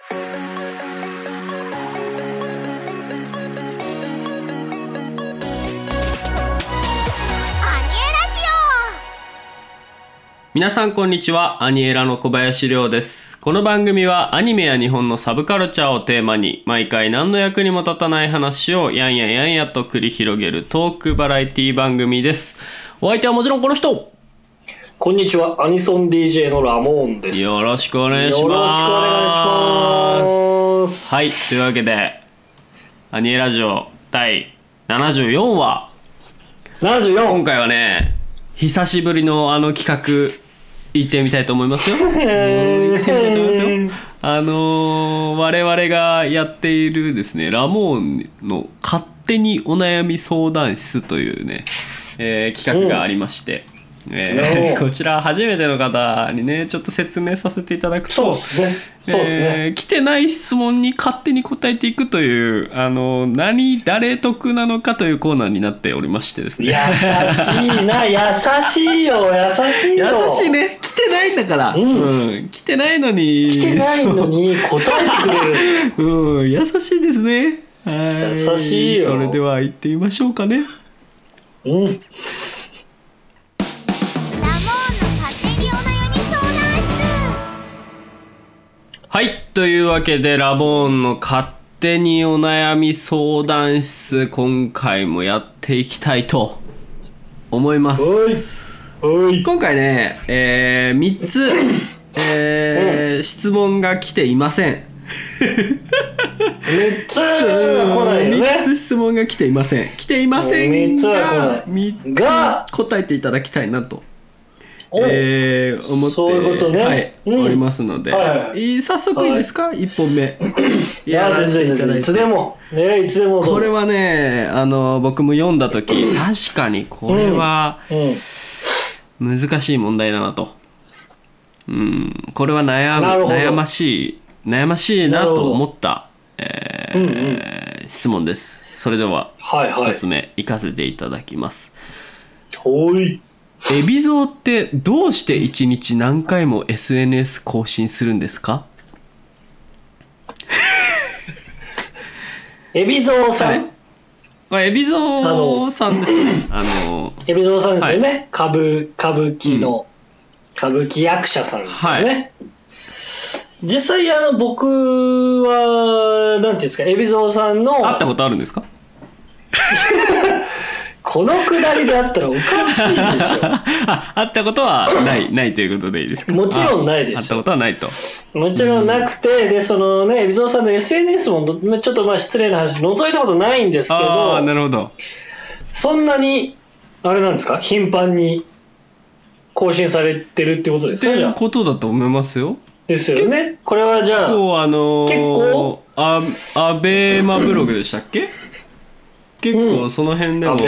皆さんこんにちは。アニエラの小林亮です。この番組はアニメや日本のサブカルチャーをテーマに毎回何の役にも立たない話をやんややんやと繰り広げるトークバラエティ番組です。お相手はもちろんこの人。 こんにちは。アニソン DJ のラモーンです。 よろしくお願いします。 よろしくお願いします。 はい、というわけでアニエラジオ第74話 74。 今回はね、久しぶりの企画行ってみたいと思いますよ。行ってみたいと思いますよ。我々がやっているですね、ラモーンの勝手にお悩み相談室というね、企画がありまして、こちら初めての方にねちょっと説明させていただくと、来てない質問に勝手に答えていくという誰得なのかというコーナーになっておりましてですね。 優しいな、優しいよ、優しいよ。 優しいね。来てないんだから、来てないのに答えてくれる、 優しいですね。 優しいよ。 それでは行ってみましょうかね。はい、というわけでラボーンの勝手にお悩み相談室、今回もやっていきたいと思います。今回ね、3つ、質問が来ていません。 3つは来ないよね。 3つ質問が来ていません。来ていませんが3つ答えていただきたいなと思ってそういうことね、 おりますので、早速いいですか、1本目全然いつでもね、いつでも。 これはね、僕も読んだ時確かにこれは難しい問題だなと、これは悩ましいなと思った、質問です。それでは1つ目いかせていただきます。海老蔵ってどうして1日何回も SNS 更新するんですか？ 海老蔵さん、 海老蔵さんですね。 海老蔵さんですよね、歌舞伎の、歌舞伎役者さんですよね、実際僕はなんていうんですか、海老蔵さんの会ったことあるんですか？ このくだりであったらおかしいでしょ。 会ったことはないということでいいですか？ もちろんないです。 会ったことはないと。 もちろんなくて、でそのね、海老蔵さんの SNS もちょっと失礼な話、覗いたことないんですけど、 なるほど。 そんなにあれなんですか、頻繁に更新されてるってことですか？ っていうことだと思いますよ。 ですよね。これはじゃあ結構アベマブログでしたっけ？結構その辺でも、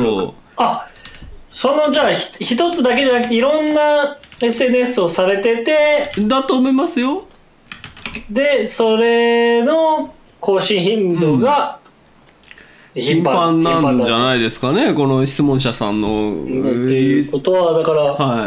そのじゃあ一つだけじゃなくていろんな SNS をされててだと思いますよ。 でそれの更新頻度が頻繁なんじゃないですかね、この質問者さんの。 っていうことはだから、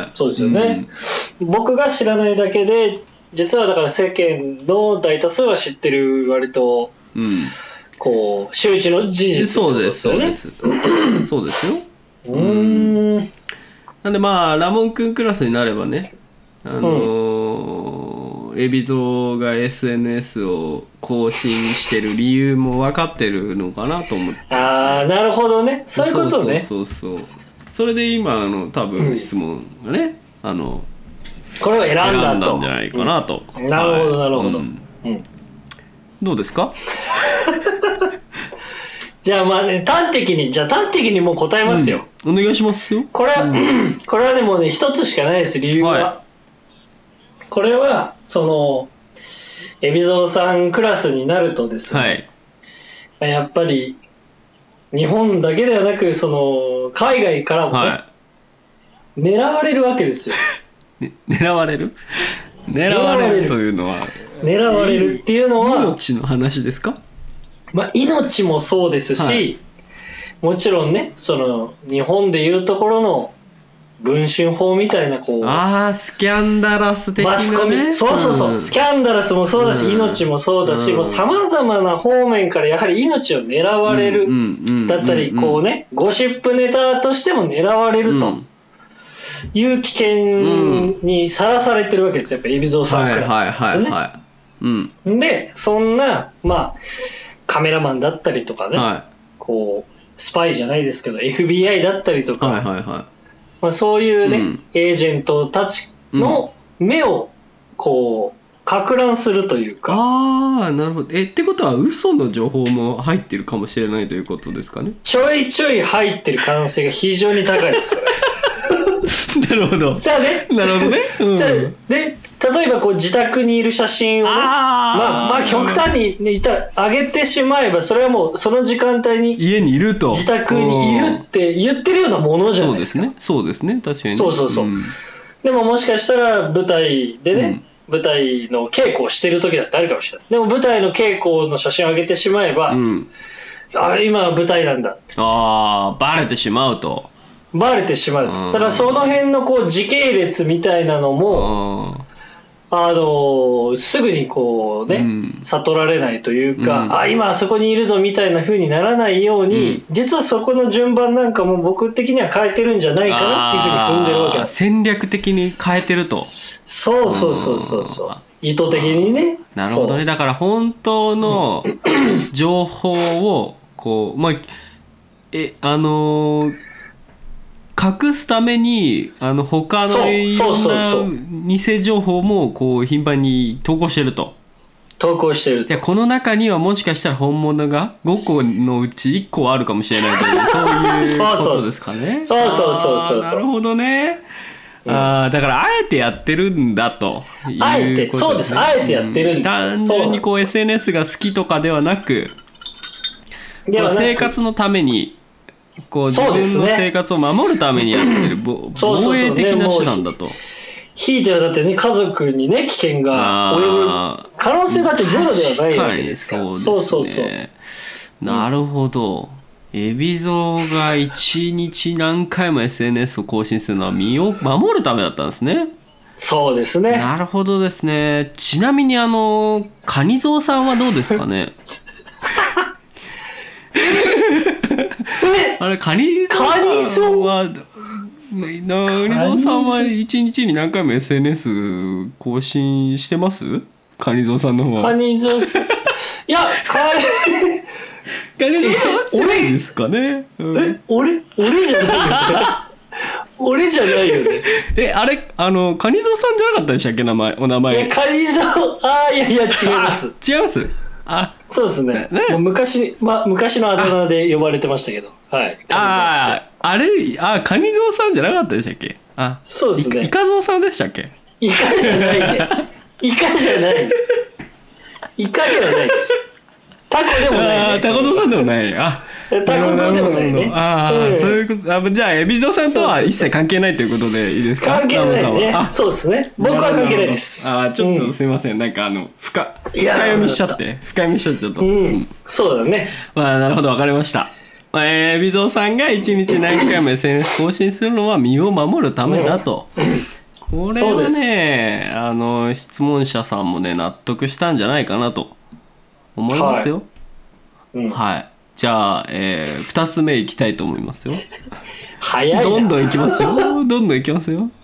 そうですよね、僕が知らないだけで実はだから世間の大多数は知ってる、割と、こう周知の事実、 そうですそうですそうですよ。なんでラモン君クラスになればね、海老蔵が SNS を更新してる理由も分かってるのかなと思って。 なるほどね、そういうことね。 そうそれで今多分質問がね、 これを選んだんじゃないかなと。 なるほどなるほど、 どうですか？ じゃあ端的にもう答えますよ、 お願いしますよ。 これはでもね、一つしかないです、理由は、これはその海老蔵さんクラスになるとですね、やっぱり日本だけではなくその海外からもね、狙われるわけですよ。 狙われるというのは、 狙われるっていうのは命の話ですか？ 命もそうですし、もちろんね、その日本でいうところの文春法みたいなこうスキャンダラス的な、ね、 マスコミそう、スキャンダラスもそうだし、命もそうだし、もうさまざまな方面からやはり命を狙われるだったり、こうねゴシップネタとしても狙われるという危険にさらされてるわけですよ、やっぱ海老蔵さんクラスね。でそんなカメラマンだったりとかね、こうスパイじゃないですけど FBI だったりとか、そういうね、エージェントたちの目をこう撹乱するというか。 なるほど。ってことは嘘の情報も入ってるかもしれないということですかね。 ちょいちょい入ってる可能性が非常に高いですこれ。 なるほど。 じゃあね。 なるほどね。 じゃあで例えばこう自宅にいる写真をね、極端に、ね、上げてしまえばそれはもうその時間帯に家にいると自宅にいるって言ってるようなものじゃないですか。 そうですね確かにね。 そう、でももしかしたら舞台でね、舞台の稽古をしてる時だってあるかもしれない。でも舞台の稽古の写真を上げてしまえば、今は舞台なんだってバレてしまうと。 バレてしまうと。だからその辺のこう時系列みたいなのもすぐにこうね、悟られないというか、今あそこにいるぞみたいな風にならないように、実はそこの順番なんかも僕的には変えてるんじゃないかなっていう風に踏んでるわけなんです。 戦略的に変えてると。 そう意図的にね。 なるほどね。だから本当の情報をこう隠すために他のいろんな偽情報もこう頻繁に投稿してると。じゃあこの中にはもしかしたら本物が5個のうち1個はあるかもしれないというそういうことですかね。 そうなるほどね。だからあえてやってるんだということですね。 そうです。あえてやってるんです。 単純にこう SNS が好きとかではなく、生活のためにこう自分の生活を守るためにやってる防衛的な手段だと。 ひいてはだってね家族にね危険が及ぶ可能性だってゼロではないわけですから。そう。 なるほど。海老蔵が1日何回も SNS を更新するのは身を守るためだったんですね。 そうですね。 なるほどですね。ちなみにカニゾウさんはどうですかね。あれカニゾウさんは1日に何回も SNS 更新してます？カニゾウさんの方は。 カニゾウさんいやカニゾウさんはしてないんですかね。 俺じゃないよね。俺じゃないよね。 あれカニゾウさんじゃなかったでしたっけお名前。 カニゾウいや違います。 違います。 そうですね。もう昔のあだ名で呼ばれてましたけど。はい。 あれカニゾウさんじゃなかったでしたっけ。 そうですね。 イカゾウさんでしたっけ。 イカじゃないね。イカじゃない。イカではない。タコでもない、ね。 タコゾウさんでもない。 タコゾウでもないね。 そういうこと。じゃあ海老蔵さんとは一切関係ないということでいいですか。 関係ないね。そうですね。僕は関係ないです。 ちょっとすいません。なんか深読みしちゃってちょっと。 そうだね。 なるほど、わかりました。海老蔵さんが1日何回も SNS 更新するのは身を守るためだと。これはね質問者さんもね納得したんじゃないかなと思いますよ。はい。じゃあ、2つ目いきたいと思いますよ。 早いな。 どんどんいきますよ。どんどんいっちゃいますよ。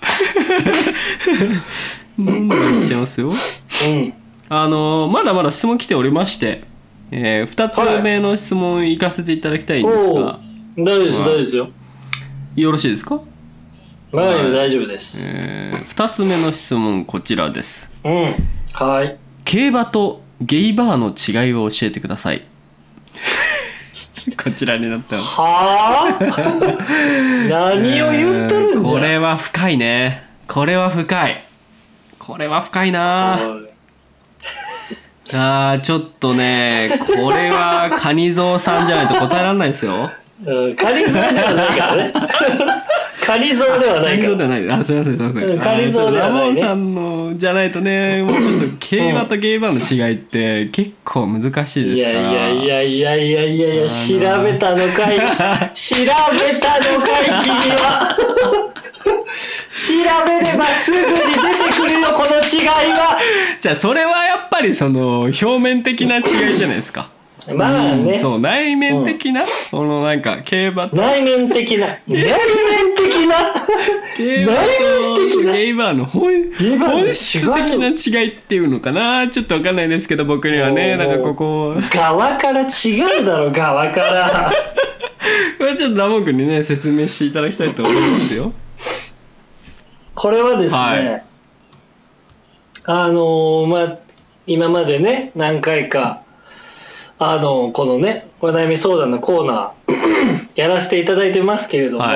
まだまだ質問来ておりまして、2つ目の質問いかせていただきたいんですが。 大丈夫ですよ。 よろしいですか。 大丈夫です。 2つ目の質問こちらです。 はい。 競馬とゲイバーの違いを教えてください。こちらになってます。 はあ。何を言ってるんじゃ。 これは深いね。これは深いな。ちょっとねこれはカニゾウさんじゃないと答えられないですよ。 カニゾウではないからね。カニゾウではないから。 すいません。 カニゾウではないね。 ラモンさんのじゃないとね、もうちょっと競馬とゲイバーの違いって結構難しいですから。 いや調べたのかい君は。 べればすぐに出てくるよこの違いは。 じゃあそれはやっぱりその表面的な違いじゃないですか。 まあね、 そう内面的な、このなんか競馬と内面的な競馬とゲイバーの本質的な違いっていうのかな、ちょっと分かんないですけど、僕にはねなんかここ側から違うだろ側からこれちょっとラモン君にね説明していただきたいと思いますよ。 これはですね、まあ今までね何回かこのねお悩み相談のコーナーやらせていただいてますけれども、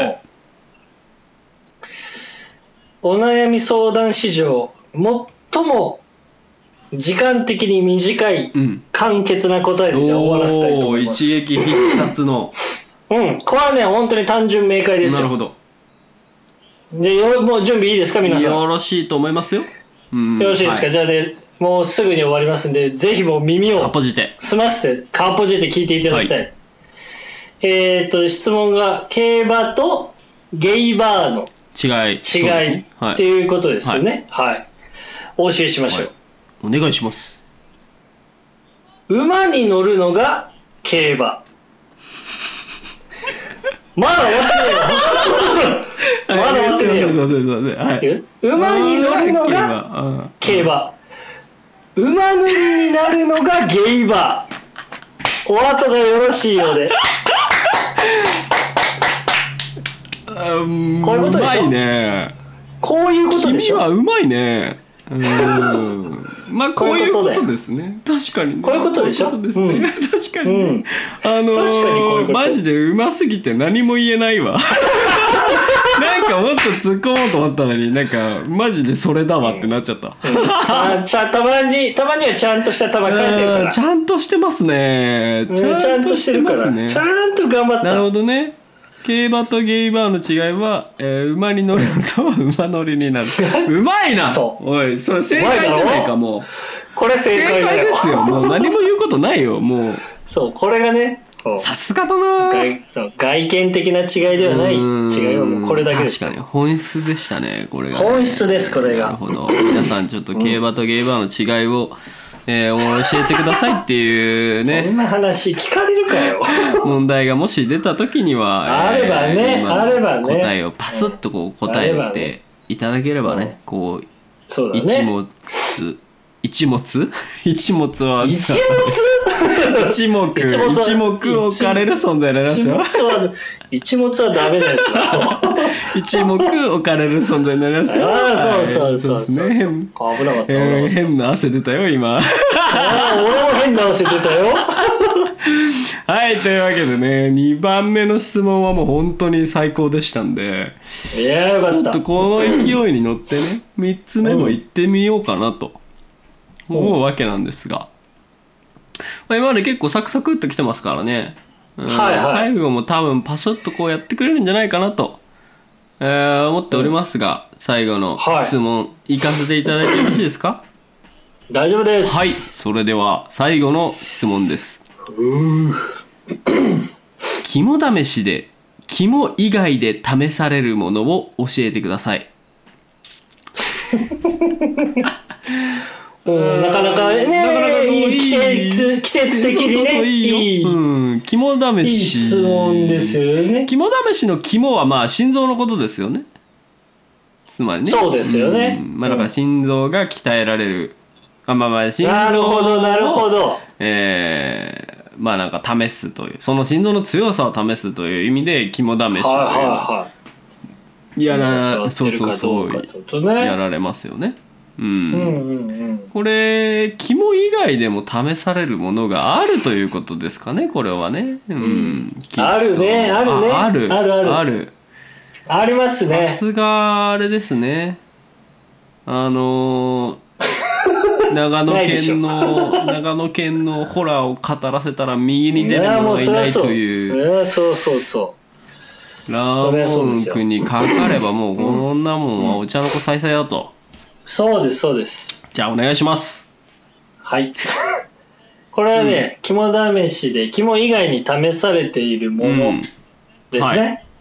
お悩み相談史上最も時間的に短い簡潔な答えでじゃあ終わらせたいと思います。 一撃必殺のこれはね本当に単純明快ですよ。 なるほど。 でもう準備いいですか皆さん。 よろしいと思いますよ。 よろしいですか、じゃあねもうすぐに終わりますんで、ぜひもう耳を澄ませてかっぽじって聞いていただきたい。質問が競馬とゲイバーの違いっていうことですよね。お教えしましょう。 お願いします。 馬に乗るのが競馬。まだ終わってないよ。まだ終わってないよ。馬に乗るのが競馬。馬乗りになるのがゲイバー。お後がよろしいようで。こういうことでしょ。うまいね。こういうことでしょ。 君はうまいね。まあこういうことですね。確かに、ね、 こういうことでしょ。 確かに、ね、マジでうますぎて何も言えないわ。なんかもっと突っ込もうと思ったのになんかマジでそれだわってなっちゃった。 たまにはちゃんとした球返せるから。 ちゃんとしてますね。 ちゃんとしてるからね。ちゃんと頑張った。 なるほどね。競馬とゲイバーの違いは、馬に乗ると馬乗りになる。うまいな。おいそれ正解じゃないか。もうこれ正解だよ。 ですよ。もう何も言うことないよ。もうそうこれがねさすがだな。 外見的な違いではない違いはもうこれだけです。 確かに本質でしたねこれが、 本質ですこれが。 なるほど。皆さんちょっと競馬とゲイバーの違いを、教えてくださいっていうね。 そんな話聞かれるかよ。 問題がもし出た時にはあればね、 答えをパスッとこう答えていただければね、こうそうだね。 一物は一目置かれる存在になりますよ。 一物はダメなやつだ。 一目置かれる存在になりますよ。 そうですね。危なかった。 変な汗出たよ今。 俺も変な汗出たよ。 はいというわけでね2番目の質問はもう本当に最高でしたんで、 いやよかった。 ちょっとこの勢いに乗ってね3つ目も行ってみようかなと思うわけなんですが、今まで結構サクサクっときてますからね、最後も多分パスッとこうやってくれるんじゃないかなと、思っておりますが、最後の質問行かせていただいてよろしいですか？ 大丈夫です。 はい、それでは最後の質問です。肝試しで肝以外で試されるものを教えてください。 なかなかねいい季節的にねいい肝試し、 いい質問ですよね。 肝試しの肝はまあ心臓のことですよね。つまりね。 そうですよね。 まあだから心臓が鍛えられる。心臓をなるほど。 まあなんか試すというその心臓の強さを試すという意味で肝試しというやられますよね。これ肝以外でも試されるものがあるということですかねこれはね。 あるねあるありますね。 さすがあれですね。長野県のホラーを語らせたら右に出る者がいないというそうラーモン君にかかればもうこんなもんはお茶の子さいさいだと。 そうですじゃあお願いします。 はいこれはね、肝試しで肝以外に試されているものですね。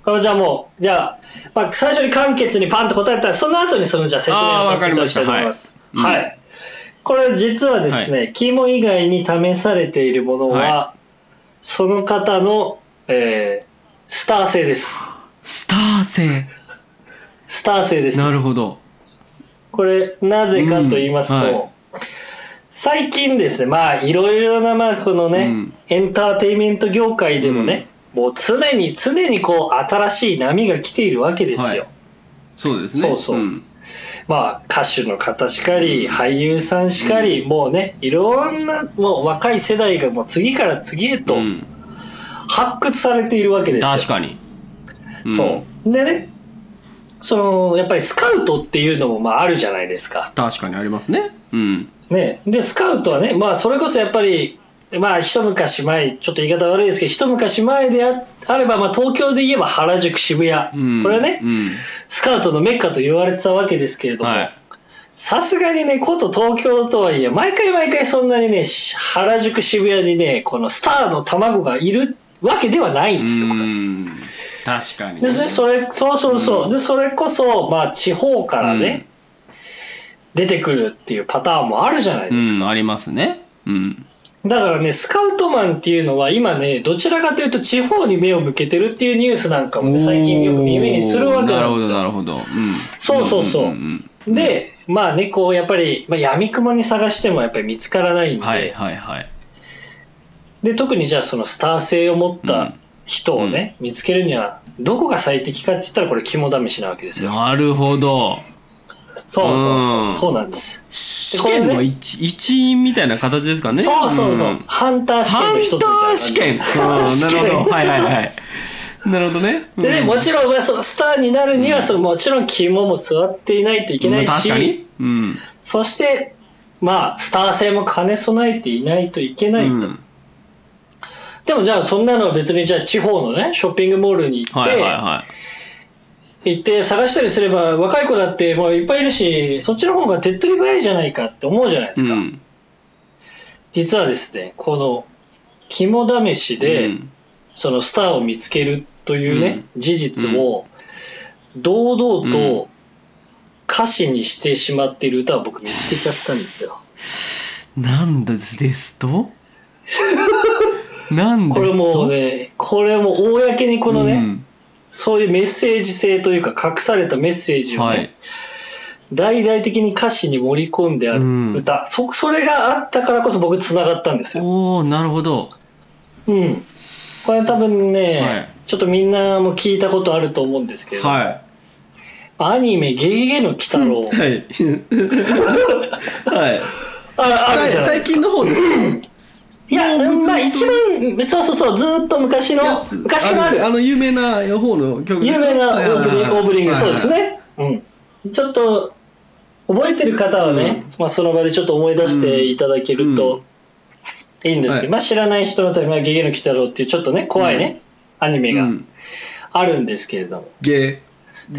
じゃあまあ、最初に簡潔にパンと答えたら、その後にじゃあ説明をさせていただきたいと思います。はい。これ実はですね、肝以外に試されているものは、その方の、スター性です。 スター性。 スター性です、ね。 なるほど。 これなぜかと言いますと、最近ですね、まあいろいろなまあこのね、エンターテインメント業界でもね、もう常にこう新しい波が来ているわけですよ。 そうですね。 まあ歌手の方しかり、俳優さんしかり、もうね、いろんなもう若い世代がもう次から次へと発掘されているわけですよ。 確かに。 そうでね、やっぱりスカウトっていうのもまああるじゃないですか。 確かにありますね。 ね、でスカウトはね、まあそれこそやっぱりまあ一昔前、ちょっと言い方悪いですけど、一昔前であれば、まあ東京で言えば原宿、渋谷、これはね、スカウトのメッカと言われてたわけですけれども、さすがにね、こと東京とはいえ、毎回そんなにね、原宿、渋谷にね、このスターの卵がいるわけではないんですよ。 確かに、ね。 でそれこそ、まあ地方からね、出てくるっていうパターンもあるじゃないですか。 ありますね。 だからね、スカウトマンっていうのは今ね、どちらかというと地方に目を向けてるっていうニュースなんかもね、最近よく耳にするわけなんですよ。 なるほど。 そう。で、まあね、こうやっぱり、まあ、闇雲に探してもやっぱり見つからないんで、で、特にじゃあそのスター性を持った人をね、見つけるにはどこが最適かって言ったらこれ肝試しなわけですよ。 なるほど。 そうなんです。 試験の一員みたいな形ですかね。 そう。ハンター試験の一つみたいな。ハンター試験。 なるほど。なるほどね。 でね、もちろんスターになるにはもちろん肝も座っていないといけないし、 確かに。 そしてまあスター性も兼ね備えていないといけないと。でもじゃあそんなのは別にじゃあ地方のねショッピングモールに行って。行って探したりすれば若い子だってもういっぱいいるし、そっちの方が手っ取り早いじゃないかって思うじゃないですか。実はですね、この肝試しでそのスターを見つけるというね、事実を堂々と歌詞にしてしまっている歌を僕見つけちゃったんですよ。 なんですとなんですとこれもね、公にこのね、そういうメッセージ性というか隠されたメッセージをね、大々的に歌詞に盛り込んである歌、それがあったからこそ僕つながったんですよ。 なるほど。 これ多分ね、ちょっとみんなも聞いたことあると思うんですけど、アニメ「ゲゲゲの鬼太郎」あるじゃないですか。 最近の方ですか？ いや、まあ一番そうずっと昔からある有名な方の曲ですか？ 有名なオープニング、そうですね。ちょっと覚えてる方はね、まあその場でちょっと思い出していただけるといいんですけど、まあ知らない人のために「ゲゲゲの鬼太郎」っていうちょっとね怖いねアニメがあるんですけれども、ゲの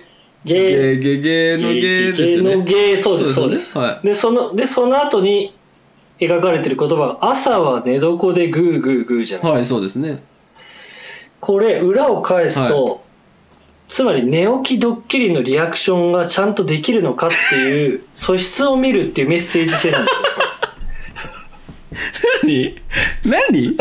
ゲ、そうです。でその後に描かれてる言葉が朝は寝床でグーグーグーじゃないですか。 そうですね。 これ裏を返すと、つまり寝起きドッキリのリアクションがちゃんとできるのかっていう素質を見るっていうメッセージ性なんですよ。 何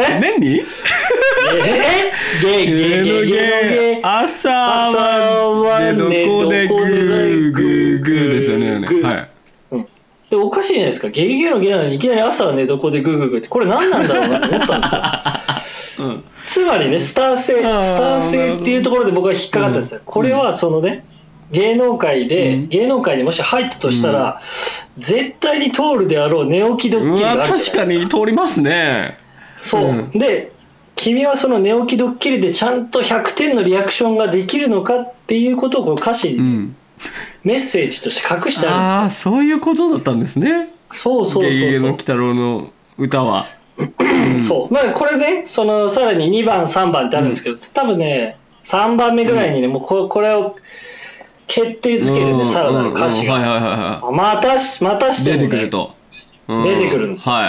朝は寝床でグーグーグーですよね。 でおかしいじゃないですか。ゲゲゲのゲなのにいきなり朝は寝床でグーグーグーってこれ何なんだろうなと思ったんですよ。つまりねスター性っていうところで僕は引っかかったんですよ。これはそのね芸能界にもし入ったとしたら、絶対に通るであろう寝起きドッキリがあるじゃないですか。 確かに通りますね。 で君はその寝起きドッキリでちゃんと100点のリアクションができるのかっていうことをこの歌詞に、メッセージとして隠してあるんですよ。 そういうことだったんですね。ゲゲゲの鬼太郎の歌は。 まあこれねさらに2番3番ってあるんですけど、多分ね3番目ぐらいにね、もうこれを決定づけるね、さらなる歌詞がまたしてもね出てくるんですよ。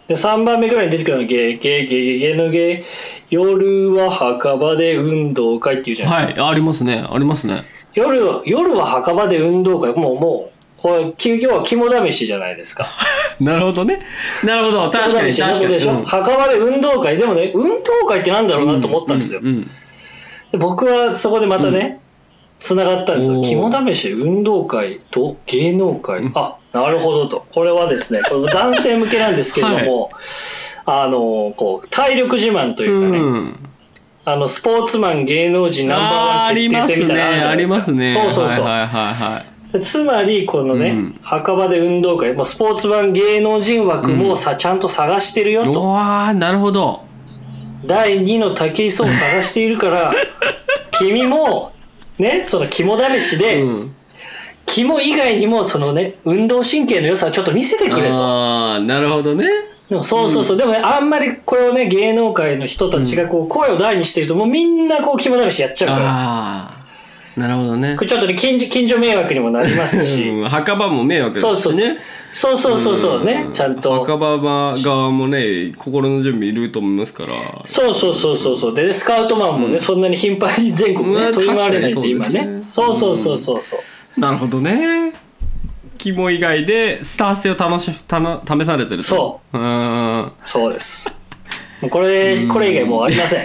で3番目ぐらいに出てくるのがゲゲゲゲゲのゲ、夜は墓場で運動会っていうじゃないですか。 はい、ありますね、ありますね。 夜は墓場で運動会、もうこれ今日は肝試しじゃないですか。 なるほどね。なるほど、確かに確かに。 でしょ、墓場で運動会でもね、運動会ってなんだろうなと思ったんですよ。で僕はそこでまたね、つながったんですよ。肝試し運動会と芸能会、あ、なるほどと。これはですね、これ男性向けなんですけれども、こう体力自慢というかね、スポーツマン芸能人ナンバーワン決定戦みたいなのあるじゃないですか。 ありますね。 そうそうそう。 はいはいはい。 つまりこのね、墓場で運動会、スポーツマン芸能人枠もちゃんと探してるよと。 わー、なるほど。 第2の武井壮を探しているから君もね、その肝試しで、肝以外にもそのね、運動神経の良さをちょっと見せてくれと。 ああ、なるほどね。 でもそうそうそう、でもね、あんまりこれをね、芸能界の人たちがこう声を大にしてると、もうみんなこう肝試しやっちゃうから。 ああ、なるほどね。 これちょっとね、近所迷惑にもなりますし墓場も迷惑ですしね。 そうね、ちゃんと墓場側もね、心の準備いると思いますから。 そうで、スカウトマンもね、そんなに頻繁に全国ね、取り回れないって今ね。そうなるほどね。肝以外でスター性を試されてると。 そうです。もうこれ以外もうありません。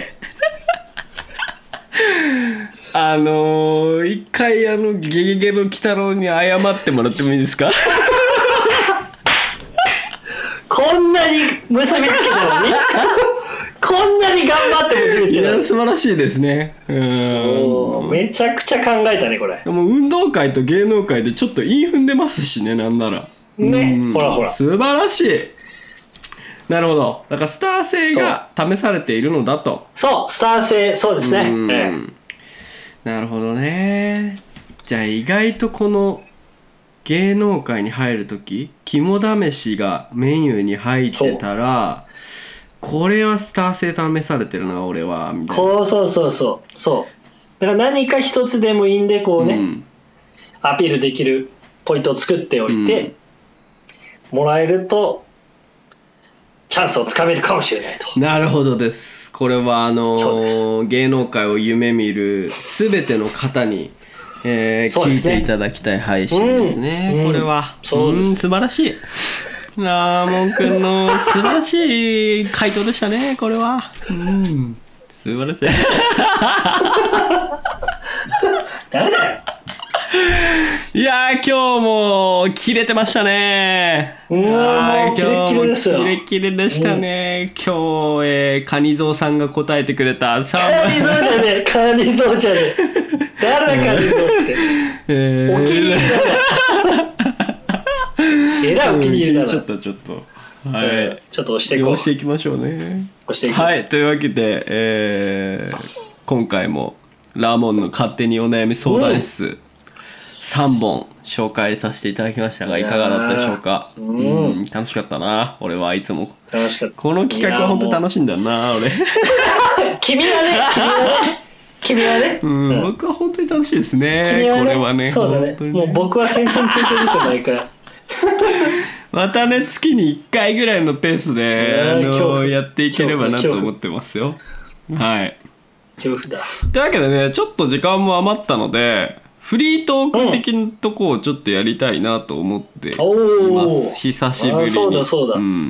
一回ゲゲゲの鬼太郎に謝ってもらってもいいですか？ こんなに結びつけたのにこんなに頑張って結びつけたのに。 いや、素晴らしいですね。 めちゃくちゃ考えたねこれ。 もう運動会と芸能界でちょっと韻踏んでますしね、なんならね、ほら素晴らしい。なるほど。だからスター性が試されているのだと。 そう、スター性、そうですね。 なるほどね。じゃあ意外とこの芸能界に入るとき、肝試しがメニューに入ってたら、これはスター性試されてるな俺はみたいな。 そうだから何か一つでもいいんでこうね、アピールできるポイントを作っておいて、もらえるとチャンスをつかめるかもしれないと。 なるほどです。これは芸能界を夢見るすべての方に、聞いていただきたい配信ですね。これは素晴らしい。ラーモンくんの素晴らしい回答でしたね。これは素晴らしい。 誰だよ。 いやー、今日もキレてましたね。 もうキレッキレですよ。 キレッキレでしたね。今日、カニゾウさんが答えてくれたカニゾウじゃねえ、カニゾウじゃねえ。誰だカニゾウって。お気に入りだな。えらいお気に入りだな。 ちょっとはい、 ちょっと押していこう。 押していきましょうね。 押していこう。 はい、というわけで、今回もラーモンの勝手にお悩み相談室、3本紹介させていただきましたが、いかがだったでしょうか。楽しかったな。俺はいつも楽しかった。 この企画は本当に楽しいんだよな俺。 君はね、 僕は本当に楽しいですね。これはね、 そうだね。もう僕は戦々恐々ですよ毎回。 またね、月に1回ぐらいのペースでやっていければなと思ってますよ。はい。 恐怖だ。 というわけでね、ちょっと時間も余ったので、フリートーク的なとこをちょっとやりたいなと思っています。久しぶりに。 そうだ。 ち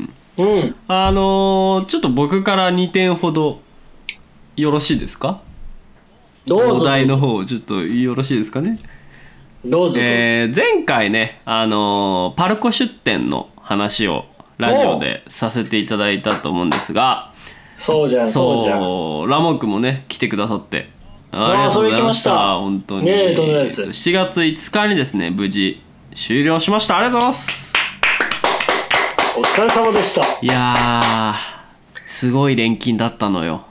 ょっと僕から2点ほどよろしいですか？ どうぞ。 お題の方ちょっとよろしいですかね？ どうぞ。 前回ね、パルコ出店の話をラジオでさせていただいたと思うんですが、 そうじゃん。 ラモクもね来てくださってありがとうございました。本当に。7月5日にですね、無事終了しました。ありがとうございます。 お疲れ様でした。 いやー、すごい連勤だったのよ。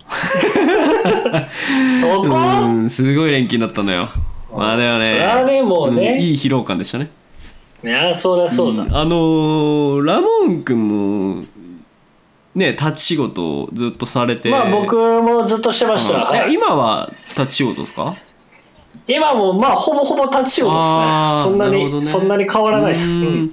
そこ？ すごい連勤だったのよ。まあでもね、 それはね、もうね、 いい疲労感でしたね。 いや、そりゃそうだ。 ラモン君もね、立ち仕事をずっとされて。 僕もずっとしてました。 今は立ち仕事ですか？ 今もほぼほぼ立ち仕事ですね。そんなに変わらないです。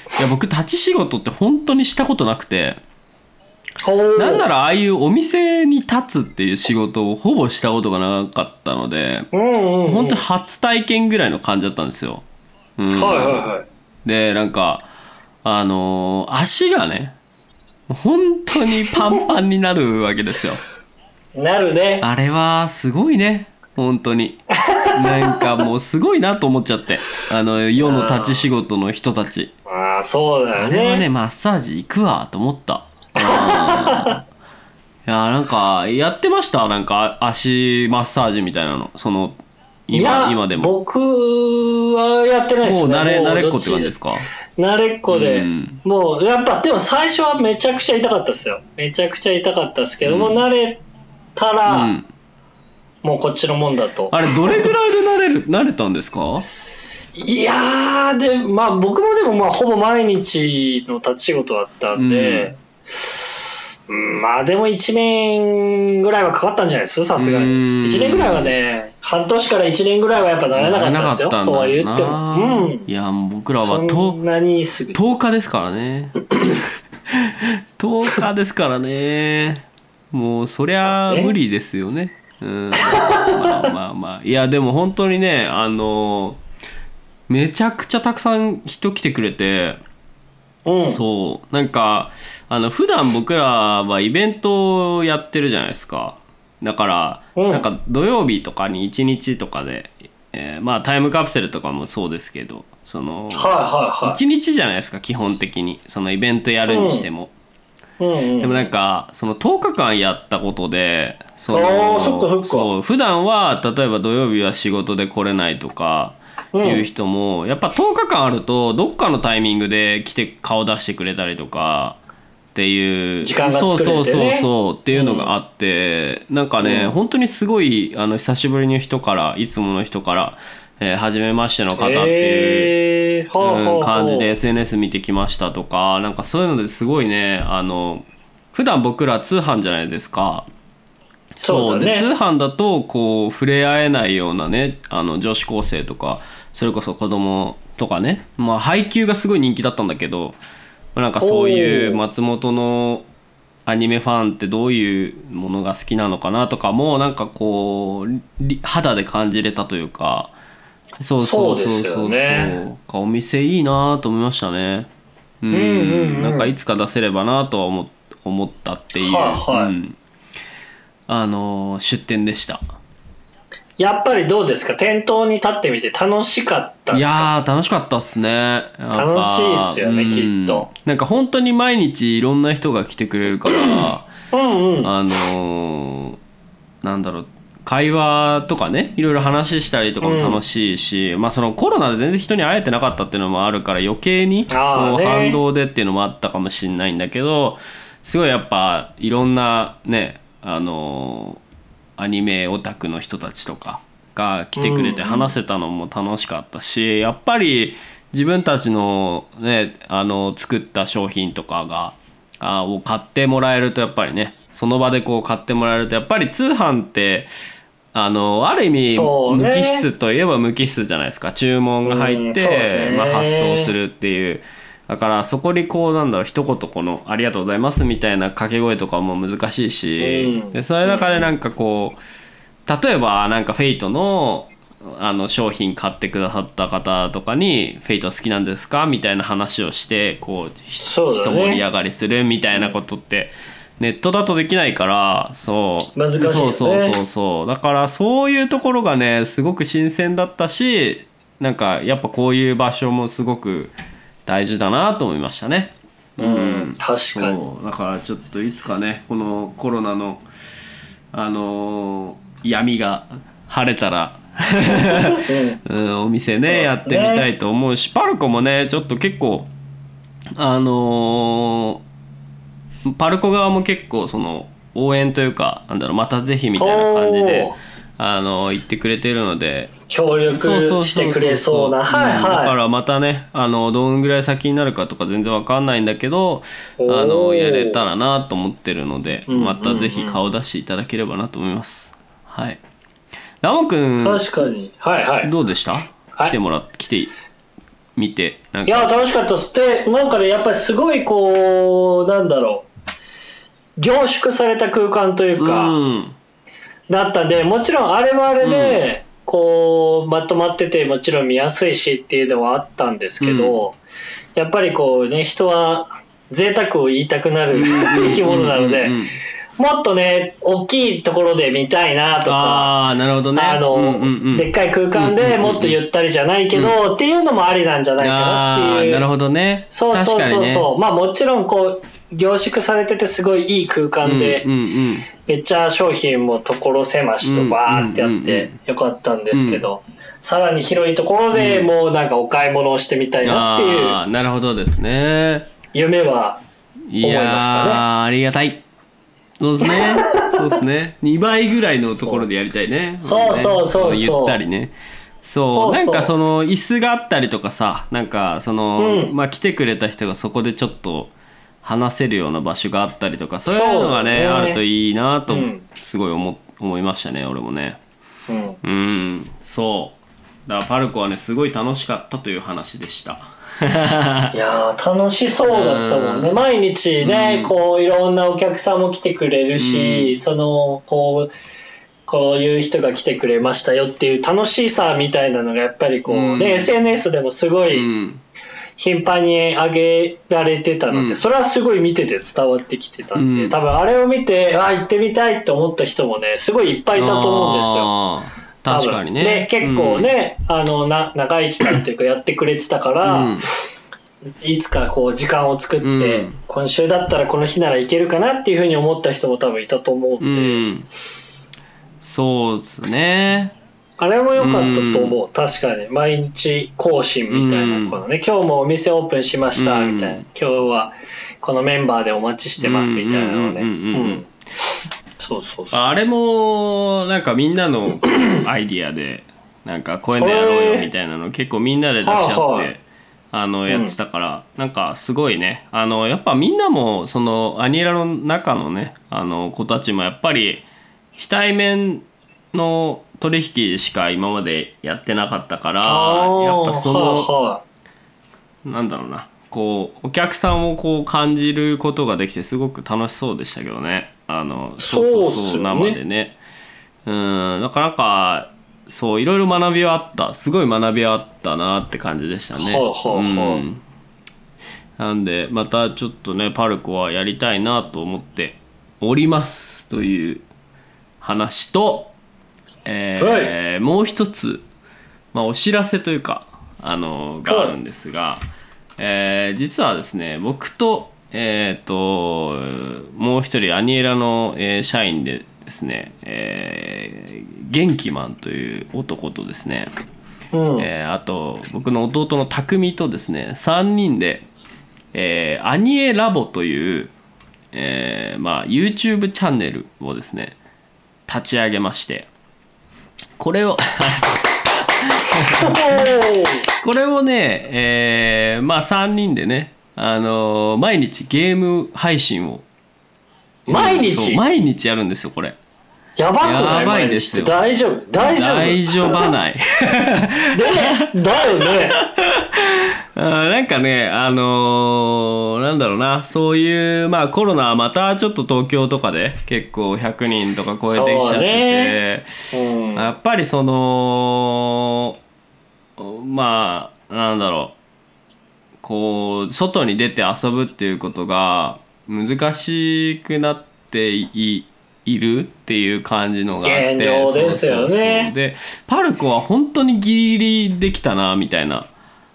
いや僕立ち仕事って本当にしたことなくて、なんならああいうお店に立つっていう仕事をほぼしたことがなかったので、本当に初体験ぐらいの感じだったんですよ。でなんか足がね本当にパンパンになるわけですよ。 なるね。 あれはすごいね本当に。なんかもうすごいなと思っちゃって、世の立ち仕事の人たち。 ああそうだよね。 あれはねマッサージ行くわと思った。いやなんかやってました、なんか足マッサージみたいなの、その今でも。 僕はやってないですね。 もう慣れっこって感じですか？ 慣れっこで、もうやっぱでも最初はめちゃくちゃ痛かったですよ。めちゃくちゃ痛かったですけども、慣れたら、もうこっちのもんだと。 あれどれぐらいで慣れたんですか？ いやーでまあ僕もでもまあほぼ毎日の立ち仕事だったんで、まあでも1年ぐらいはかかったんじゃないですか、さすがに。1年ぐらいはね、半年から1年ぐらいはやっぱ慣れなかったですよ。そうは言っても。 いや僕らはそんなにすぐ 10日ですからね。10日ですからね。もうそりゃ無理ですよね。まあいやでも本当にねめちゃくちゃたくさん人来てくれて、そうなんか普段僕らはイベントをやってるじゃないですか。だから、なんか土曜日とかに1日とかで、まあタイムカプセルとかもそうですけど、その、1日じゃないですか基本的にそのイベントやるにしても。でもなんかその10日間やったことでそう普段は例えば土曜日は仕事で来れないとかいう人もやっぱ10日間あるとどっかのタイミングで来て顔出してくれたりとかっていう時間が作れてね、 そうっていうのがあって、なんかね本当にすごい久しぶりに人からいつもの人から初めましての方っていう感じで SNS 見てきましたとか、なんかそういうのですごいね普段僕ら通販じゃないですか。そうで通販だとこう触れ合えないようなね女子高生とかそれこそ子供とかね、まあ配給がすごい人気だったんだけど、なんかそういう松本のアニメファンってどういうものが好きなのかなとかもなんかこう肌で感じれたというか。そうお店いいなと思いましたね。なんかいつか出せればなとは思ったっていう、出店でした。 やっぱりどうですか、店頭に立ってみて楽しかったですか？ いや楽しかったっすね。 楽しいっすよね、きっと。 なんか本当に毎日いろんな人が来てくれるからなんだろう、会話とかねいろいろ話したりとかも楽しいし、まあそのコロナで全然人に会えてなかったっていうのもあるから余計にこう反動でっていうのもあったかもしれないんだけど、すごいやっぱいろんなねアニメオタクの人たちとかが来てくれて話せたのも楽しかったし、やっぱり自分たちのね作った商品とかを買ってもらえるとやっぱりねその場でこう買ってもらえるとやっぱり通販ってある意味無機質といえば無機質じゃないですか。注文が入って、発送するっていう。だからそこにこうなんだろう一言このありがとうございますみたいな掛け声とかも難しいし、でそういう中でなんかこう例えばなんかフェイトの商品買ってくださった方とかにフェイト好きなんですかみたいな話をしてこう一盛り上がりするみたいなことってネットだとできないから、 難しいよね。 そうだからそういうところがねすごく新鮮だったし、なんかやっぱこういう場所もすごく大事だなと思いましたね。 確かに。 だからちょっといつかねこのコロナの闇が晴れたらお店ねやってみたいと思うし、パルコもねちょっと結構パルコ側も結構その応援というかなんだろうまたぜひみたいな感じで言ってくれてるので協力してくれそうな、だからまたねどんぐらい先になるかとか全然わかんないんだけどやれたらなと思ってるので、またぜひ顔出していただければなと思います。はい。ラモン君確かにどうでした？来て見て。 いや楽しかったです。でなんかねやっぱりすごいこうなんだろう凝縮された空間というか、だったんで、もちろんあれはあれで、こうまとまっててもちろん見やすいしっていうのはあったんですけど、やっぱりこうね人は贅沢を言いたくなる生き物なので、もっとね大きいところで見たいなとか、 なるほどね、 でっかい空間でもっとゆったりじゃないけど、っていうのもありなんじゃないかなっていう。 なるほどね。 そうそうそうそう、まあもちろんこう凝縮されててすごいいい空間で、めっちゃ商品も所狭しとバーってあってよかったんですけど、さらに広いところでもうなんかお買い物をしてみたいなっていう、 なるほどですね、 夢は思いましたね。 いやありがたい。そうですねそうですね、2倍ぐらいのところでやりたいね。 そうゆったりね。そうなんかその椅子があったりとかさ、なんかその、来てくれた人がそこでちょっと話せるような場所があったりとか、そういうのがねあるといいなとすごい思いましたね俺もね。そうだからパルコはねすごい楽しかったという話でした。 いや楽しそうだったもんね。毎日ね、こういろんなお客さんも来てくれるし、そのこういう人が来てくれましたよっていう楽しさみたいなのがやっぱりこう、SNS でもすごい頻繁に上げられてたので、それはすごい見てて伝わってきてたんで、多分あれを見て行ってみたいって思った人もねすごいいっぱいいたと思うんですよ。 確かにね。 結構ね、長い期間というかやってくれてたから、いつかこう時間を作って、今週だったらこの日ならいけるかなっていうふうに思った人も多分いたと思うんで、 そうですね。 あれも良かったと思う。確かに毎日更新みたいな、このね今日もお店オープンしましたみたいな、今日はこのメンバーでお待ちしてますみたいなのね。そうあれもなんかみんなのアイディアでなんかこういうのやろうよみたいなの結構みんなで出し合ってやってたから、なんかすごいね、やっぱみんなもそのアニエラの中のね子たちもやっぱり非対面の取引しか今までやってなかったから、やっぱそのなんだろうな、こうお客さんをこう感じることができてすごく楽しそうでしたけどね。そう生でね。なかなかそういろいろ学びはあった、すごい学びはあったなって感じでしたね。なんでまたちょっとねパルコはやりたいなと思っておりますという話と、もう一つ、お知らせというかがあるんですが、実はですね僕ともう一人アニエラの、社員でですね、元気マンという男とですね、あと僕の弟の匠とですね3人で、アニエラボという、YouTube チャンネルをですね立ち上げまして、これをこれをね、3人でね毎日ゲーム配信を毎日やるんですよ。これやばいですよ。大丈夫ばないだよねなんかねなんだろうな、そういうコロナはまたちょっと東京とかで結構100人とか超えてきちゃってて、やっぱりそのなんだろう、こう外に出て遊ぶっていうことが難しくなっているっていう感じのがあって、 現状ですよね。 でパルコは本当にギリギリできたなみたいな、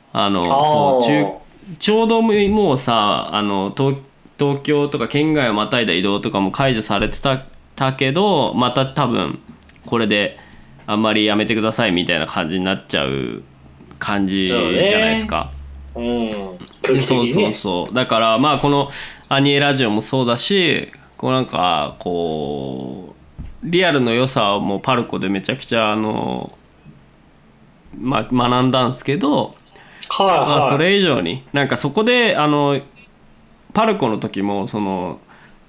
ちょうどもうさ東京とか県外をまたいだ移動とかも解除されてたけど、また多分これであんまりやめてくださいみたいな感じになっちゃう感じじゃないですか。そうだからこのアニエラジオもそうだし、こうなんかこうリアルの良さもパルコでめちゃくちゃ学んだんですけど、それ以上になんかそこでパルコの時もその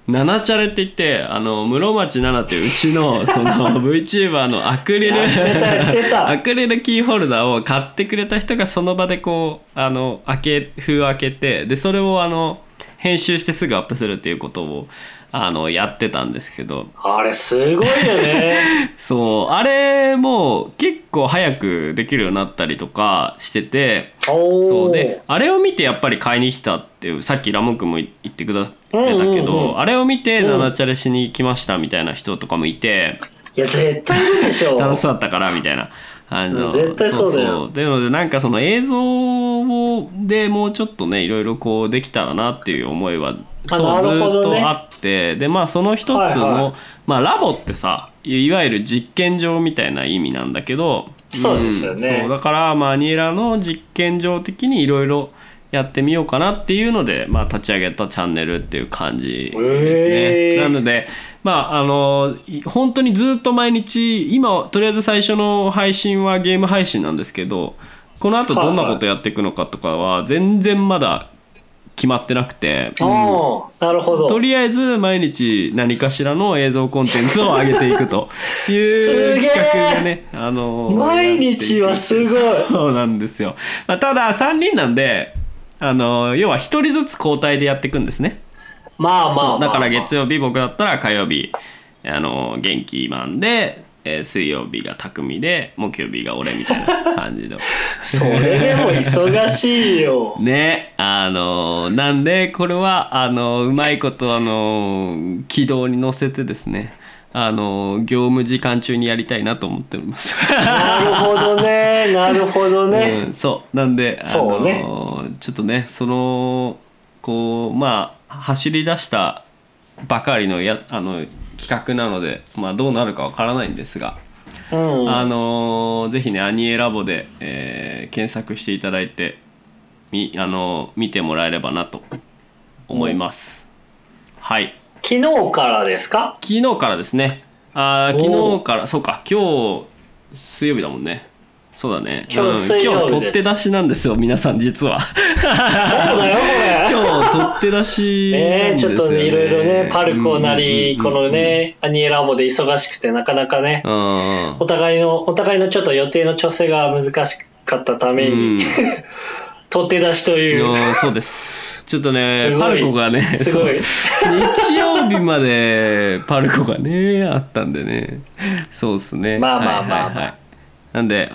ナチャレって言って室町奈々っていううちのその VTuber のアクリルアクリルキーホルダーを買ってくれた人がその場でこう封を開けて、でそれを編集してすぐアップするっていうことをやってたんですけど、 あれすごいよねそうあれも結構早くできるようになったりとかしてて、そうであれを見てやっぱり買いに来たっていう、さっきラモン君も言ってくだされたけど、あれを見てナナチャレしに来ましたみたいな人とかもいて、 いや絶対いるでしょ楽しそうだったからみたいな絶対そうだよ。 なのでなんかその映像でもうちょっとねいろいろこうできたらなっていう思いはそうずっとあって、でその一つの、ラボってさいわゆる実験場みたいな意味なんだけど、 そうですよね、 そうだからアニエラの実験場的にいろいろやってみようかなっていうので、立ち上げたチャンネルっていう感じですね。なので本当にずっと毎日今とりあえず最初の配信はゲーム配信なんですけど、この後どんなことやっていくのかとかは全然まだ決まってなくて、 なるほど。 とりあえず毎日何かしらの映像コンテンツを上げていくという企画でね毎日はすごい。 そうなんですよ。ただ3人なんで要は1人ずつ交代でやっていくんですね。だから月曜日僕だったら火曜日元気マンで、水曜日が匠で木曜日が俺みたいな感じのそれでも忙しいよね。なんでこれはうまいこと軌道に乗せてですね業務時間中にやりたいなと思っておりますなるほどねなるほどね、 そうなんでそうね、 ちょっとねこう走り出したばかりの企画なので、どうなるかわからないんですが、ぜひねアニエラボで、検索していただいて見てもらえればなと思います、はい。 昨日からですか？ 昨日からですね。昨日からそうか、今日水曜日だもんね。そうだね。 今日取って出しなんですよ皆さん実は。 そうだよこれ。 今日取って出しなんですよね。 ちょっとねいろいろねパルコなり、このねアニエラボで忙しくてなかなかね、お互いのちょっと予定の調整が難しかったために、取って出しという。 そうです。ちょっとねパルコがねすごい日曜日までパルコがねあったんでね。そうですね。なんで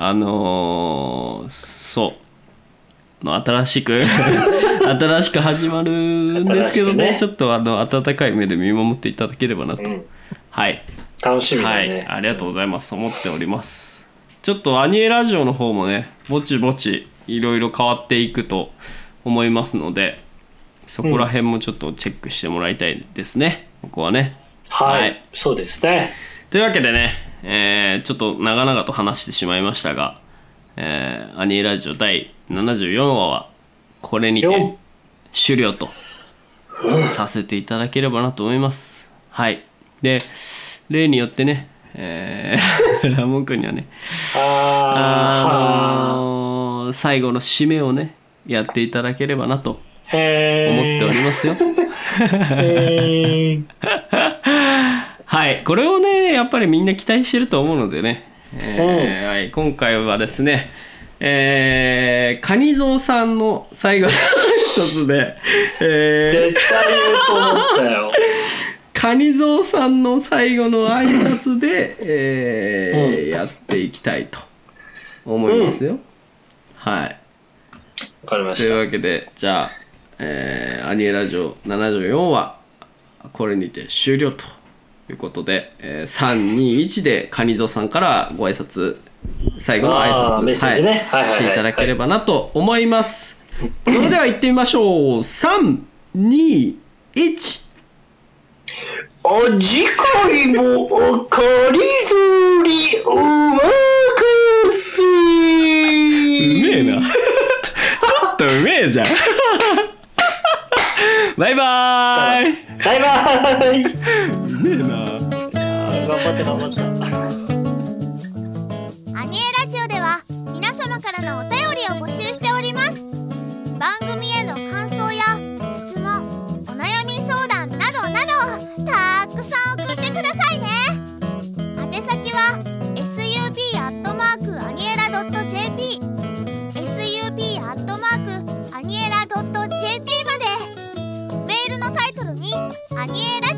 そう新しく始まるんですけどね、ちょっと温かい目で見守っていただければなと、はい楽しみだね、 ありがとうございます思っております。ちょっとアニエラジオの方もねぼちぼちいろいろ変わっていくと思いますので、そこら辺もちょっとチェックしてもらいたいですね、ここはね。 はい、そうですね。 というわけでね、ちょっと長々と話してしまいましたが、アニエラジオ第74話はこれにて終了とさせていただければなと思います。はい。で例によってね、ラモン君にはね最後の締めをねやっていただければなと思っておりますよ。はい、これをねやっぱりみんな期待してると思うのでね、はい、今回はですね、カニゾウさんの最後の一つで、 絶対言うと思ったよ。 カニゾウさんの最後の挨拶で、やっていきたいと思いますよ、はい。わかりました。 というわけでじゃあ、アニエラジオ74話これにて終了ということで、321でカニゾウさんからご挨拶最後の挨拶メッセージね、 していただければなと思います。それでは行ってみましょう。321 次回もおかりぞりおまかせ。うめえなちょっとうめえじゃんバイバーイバイバーイ。 うめえな。 頑張った。 アニエラジオでは皆様からのお便りを募集しております。番組への感想や質問、お悩み相談などなどアニエラ